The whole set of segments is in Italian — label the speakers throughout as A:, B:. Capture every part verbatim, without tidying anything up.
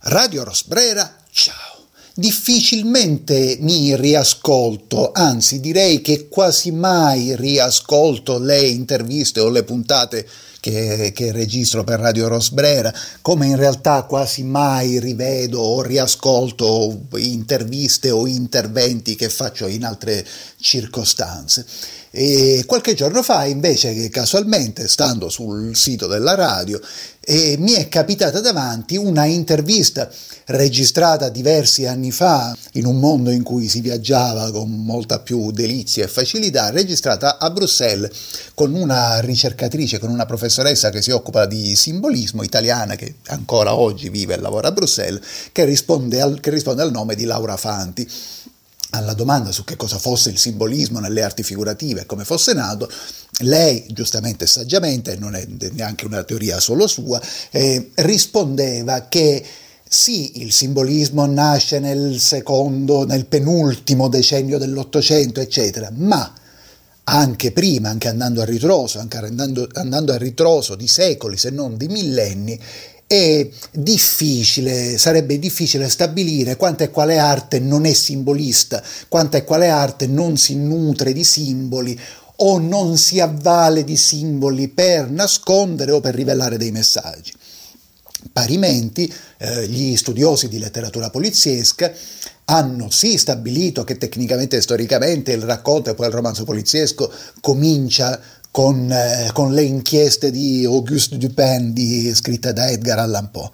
A: Radio Rosbrera, ciao! Difficilmente mi riascolto, anzi direi che quasi mai riascolto le interviste o le puntate che, che registro per Radio Rosbrera, come in realtà quasi mai rivedo o riascolto interviste o interventi che faccio in altre circostanze. E qualche giorno fa invece, casualmente, stando sul sito della radio, eh, mi è capitata davanti una intervista registrata diversi anni fa, in un mondo in cui si viaggiava con molta più delizia e facilità, registrata a Bruxelles con una ricercatrice, con una professoressa che si occupa di simbolismo, italiana, che ancora oggi vive e lavora a Bruxelles, che risponde al, che risponde al nome di Laura Fanti. Alla domanda su che cosa fosse il simbolismo nelle arti figurative e come fosse nato, lei, giustamente e saggiamente, non è neanche una teoria solo sua, eh, rispondeva che sì, il simbolismo nasce nel secondo, nel penultimo decennio dell'Ottocento, eccetera, ma anche prima, anche andando a ritroso, anche andando, andando a ritroso di secoli, se non di millenni, è difficile, sarebbe difficile stabilire quanta e quale arte non è simbolista, quanta e quale arte non si nutre di simboli o non si avvale di simboli per nascondere o per rivelare dei messaggi. Parimenti, eh, gli studiosi di letteratura poliziesca hanno sì stabilito che tecnicamente e storicamente il racconto e poi il romanzo poliziesco comincia Con, eh, con le inchieste di Auguste Dupin, di, scritte da Edgar Allan Poe.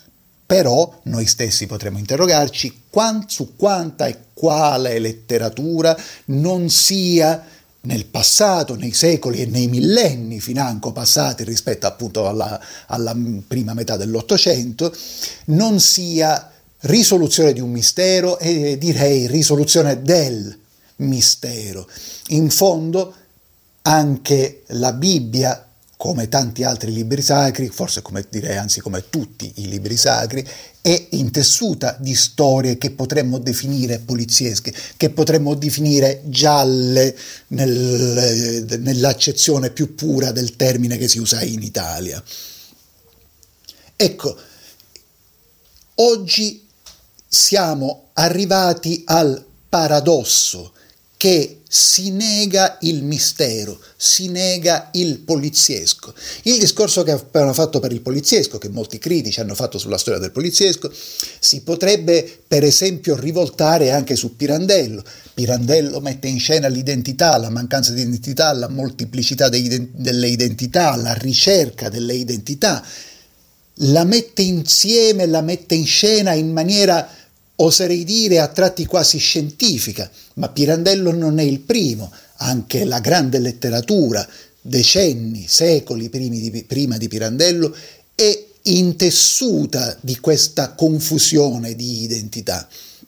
A: Però noi stessi potremmo interrogarci quant, su quanta e quale letteratura non sia nel passato, nei secoli e nei millenni financo passati rispetto appunto alla, alla prima metà dell'Ottocento, non sia risoluzione di un mistero e direi risoluzione del mistero. In fondo anche la Bibbia, come tanti altri libri sacri, forse come direi anzi come tutti i libri sacri, è intessuta di storie che potremmo definire poliziesche, che potremmo definire gialle nel, nell'accezione più pura del termine che si usa in Italia. Ecco, oggi siamo arrivati al paradosso che si nega il mistero, si nega il poliziesco. Il discorso che abbiamo fatto per il poliziesco, che molti critici hanno fatto sulla storia del poliziesco, si potrebbe per esempio rivoltare anche su Pirandello. Pirandello mette in scena l'identità, la mancanza di identità, la molteplicità delle identità, la ricerca delle identità, la mette insieme, la mette in scena in maniera, oserei dire, a tratti quasi scientifica, ma Pirandello non è il primo, anche la grande letteratura, decenni, secoli primi di, prima di Pirandello, è intessuta di questa confusione di identità.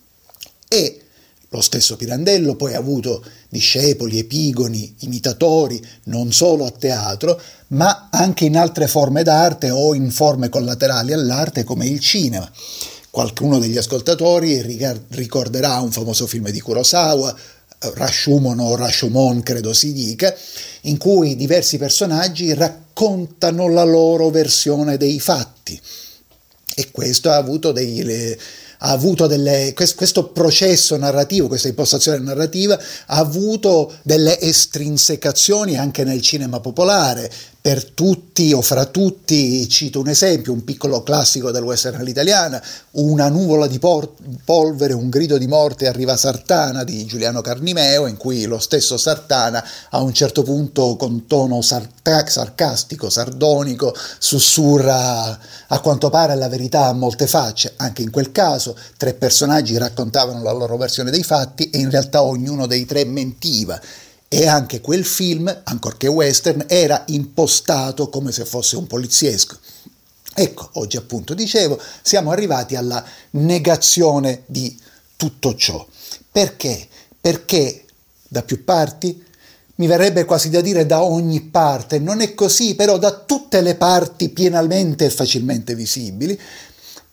A: E lo stesso Pirandello poi ha avuto discepoli, epigoni, imitatori, non solo a teatro, ma anche in altre forme d'arte o in forme collaterali all'arte come il cinema. Qualcuno degli ascoltatori ricorderà un famoso film di Kurosawa, Rashomon o Rashomon credo si dica, in cui diversi personaggi raccontano la loro versione dei fatti. E questo ha avuto dei... Le, ha avuto delle, questo processo narrativo, questa impostazione narrativa ha avuto delle estrinsecazioni anche nel cinema popolare. Per tutti o fra tutti cito un esempio, un piccolo classico del western all'italiana, Una nuvola di por- polvere, un grido di morte, arriva Sartana di Giuliano Carnimeo, in cui lo stesso Sartana a un certo punto con tono sarta- sarcastico, sardonico, sussurra a quanto pare la verità a molte facce. Anche in quel caso tre personaggi raccontavano la loro versione dei fatti e in realtà ognuno dei tre mentiva. E anche quel film, ancorché western, era impostato come se fosse un poliziesco. Ecco, oggi appunto dicevo, siamo arrivati alla negazione di tutto ciò. Perché? Perché da più parti, mi verrebbe quasi da dire da ogni parte, non è così, però da tutte le parti pienamente e facilmente visibili,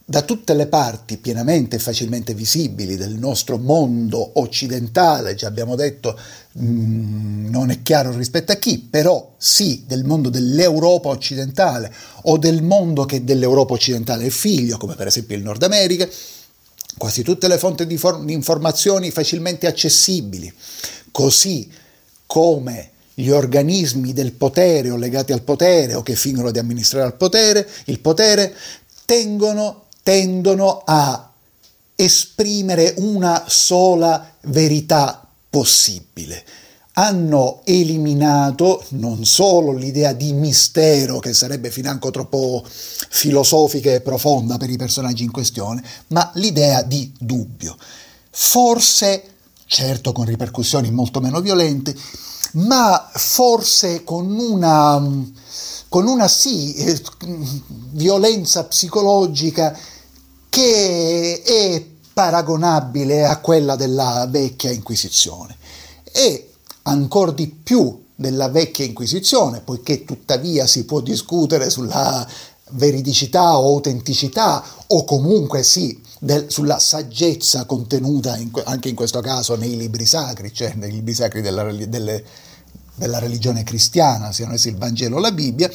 A: da tutte le parti pienamente e facilmente visibili del nostro mondo occidentale, già abbiamo detto, mh, non è chiaro rispetto a chi, però sì, del mondo dell'Europa occidentale o del mondo che dell'Europa occidentale è figlio, come per esempio il Nord America, quasi tutte le fonti di, for- di informazioni facilmente accessibili, così come gli organismi del potere o legati al potere o che fingono di amministrare il potere, il potere tengono tendono a esprimere una sola verità possibile. Hanno eliminato non solo l'idea di mistero, che sarebbe financo troppo filosofica e profonda per i personaggi in questione, ma l'idea di dubbio. Forse, certo con ripercussioni molto meno violente, ma forse con una, con una sì, eh, violenza psicologica che è paragonabile a quella della vecchia Inquisizione e ancor di più della vecchia Inquisizione, poiché tuttavia si può discutere sulla veridicità o autenticità o comunque sì del, sulla saggezza contenuta in, anche in questo caso nei libri sacri, cioè nei libri sacri della, delle, della religione cristiana, siano essi il Vangelo o la Bibbia.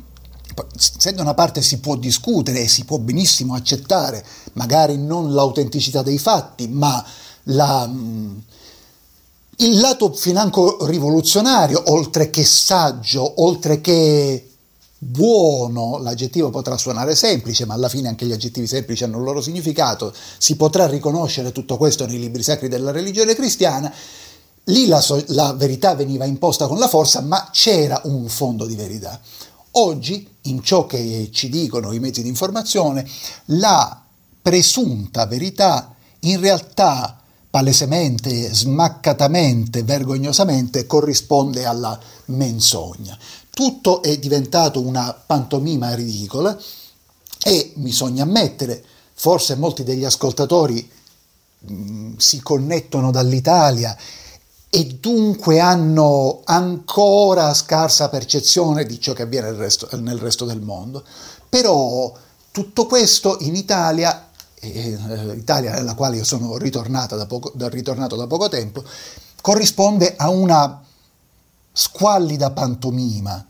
A: Se da una parte si può discutere e si può benissimo accettare magari non l'autenticità dei fatti, ma la, il lato financo rivoluzionario, oltre che saggio, oltre che buono, l'aggettivo potrà suonare semplice, ma alla fine anche gli aggettivi semplici hanno il loro significato, si potrà riconoscere tutto questo nei libri sacri della religione cristiana. Lì la, la verità veniva imposta con la forza, ma c'era un fondo di verità. Oggi, in ciò che ci dicono i mezzi di informazione, la presunta verità in realtà palesemente, smaccatamente, vergognosamente corrisponde alla menzogna. Tutto è diventato una pantomima ridicola e bisogna ammettere, forse molti degli ascoltatori mh, si connettono dall'Italia e dunque hanno ancora scarsa percezione di ciò che avviene nel resto, nel resto del mondo. Però tutto questo in Italia, eh, Italia nella quale io sono ritornata da poco, da, ritornato da poco tempo, corrisponde a una squallida pantomima.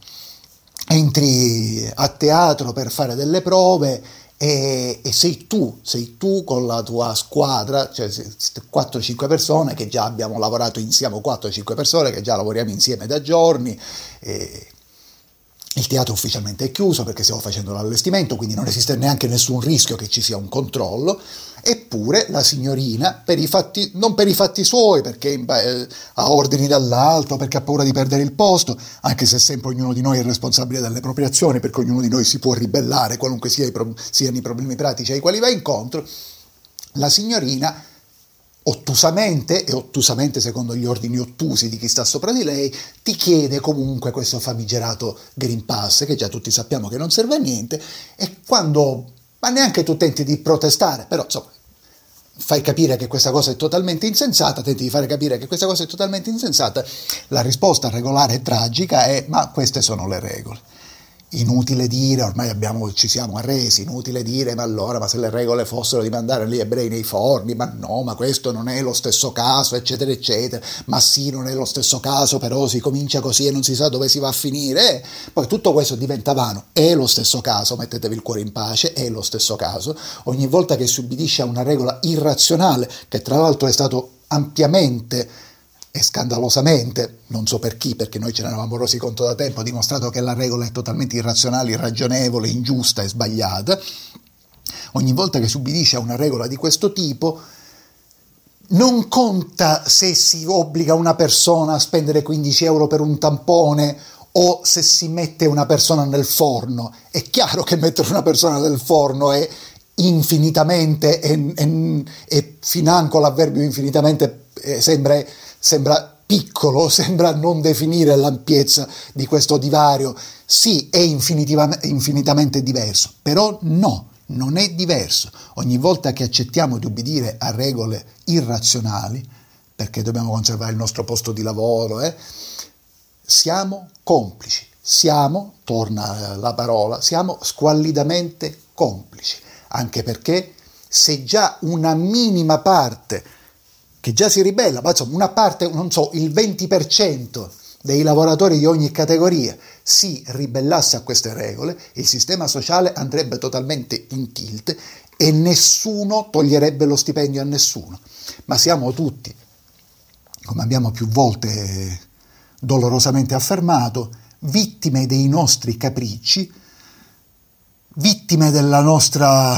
A: Entri a teatro per fare delle prove e, e sei tu, sei tu con la tua squadra, cioè quattro cinque persone che già abbiamo lavorato insieme, quattro cinque persone che già lavoriamo insieme da giorni. E il teatro ufficialmente è chiuso perché stiamo facendo l'allestimento, quindi non esiste neanche nessun rischio che ci sia un controllo. Eppure la signorina, per i fatti, non per i fatti suoi, perché beh, ha ordini dall'alto, perché ha paura di perdere il posto, anche se sempre ognuno di noi è responsabile delle proprie azioni, perché ognuno di noi si può ribellare, qualunque sia i pro- siano i problemi pratici ai quali va incontro, la signorina ottusamente, e ottusamente secondo gli ordini ottusi di chi sta sopra di lei, ti chiede comunque questo famigerato Green Pass, che già tutti sappiamo che non serve a niente, e quando... ma neanche tu tenti di protestare, però insomma fai capire che questa cosa è totalmente insensata, tenti di fare capire che questa cosa è totalmente insensata, la risposta regolare e tragica è: ma queste sono le regole. Inutile dire, ormai abbiamo, ci siamo arresi, inutile dire, ma allora, ma se le regole fossero di mandare gli ebrei nei forni, ma no, ma questo non è lo stesso caso, eccetera, eccetera, ma sì, non è lo stesso caso, però si comincia così e non si sa dove si va a finire, eh. Poi tutto questo diventa vano, è lo stesso caso, mettetevi il cuore in pace, è lo stesso caso, ogni volta che si ubbidisce a una regola irrazionale, che tra l'altro è stato ampiamente e scandalosamente, non so per chi, perché noi ce ne eravamo resi conto da tempo, ha dimostrato che la regola è totalmente irrazionale, irragionevole, ingiusta e sbagliata. Ogni volta che si ubbidisce a una regola di questo tipo, non conta se si obbliga una persona a spendere quindici euro per un tampone o se si mette una persona nel forno. È chiaro che mettere una persona nel forno è infinitamente, e, e, e financo l'avverbio infinitamente eh, sembra... sembra piccolo, sembra non definire l'ampiezza di questo divario. Sì, è infinitamente diverso, però no, non è diverso. Ogni volta che accettiamo di ubbidire a regole irrazionali, perché dobbiamo conservare il nostro posto di lavoro, eh, siamo complici, siamo, torna la parola, siamo squallidamente complici. anche perché se già una minima parte, che già si ribella, ma insomma una parte, non so, il venti per cento dei lavoratori di ogni categoria si ribellasse a queste regole, il sistema sociale andrebbe totalmente in tilt e nessuno toglierebbe lo stipendio a nessuno. Ma siamo tutti, come abbiamo più volte dolorosamente affermato, vittime dei nostri capricci, vittime della nostra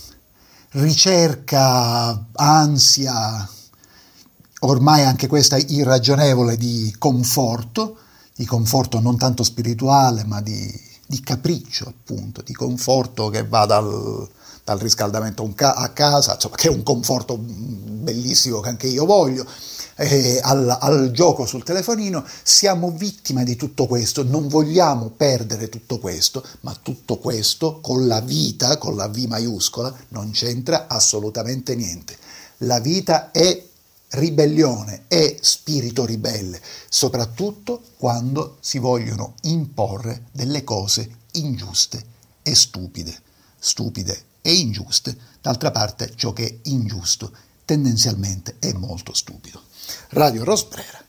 A: ricerca, ansia, ormai anche questa irragionevole, di conforto, di conforto non tanto spirituale, ma di, di capriccio, appunto, di conforto che va dal, dal riscaldamento a casa, insomma, che è un conforto bellissimo che anche io voglio, eh, al, al gioco sul telefonino. Siamo vittime di tutto questo, non vogliamo perdere tutto questo, ma tutto questo con la vita, con la V maiuscola, non c'entra assolutamente niente. La vita è ribellione, è spirito ribelle, soprattutto quando si vogliono imporre delle cose ingiuste e stupide, stupide e ingiuste. D'altra parte, ciò che è ingiusto tendenzialmente è molto stupido. Radio Rosbrera.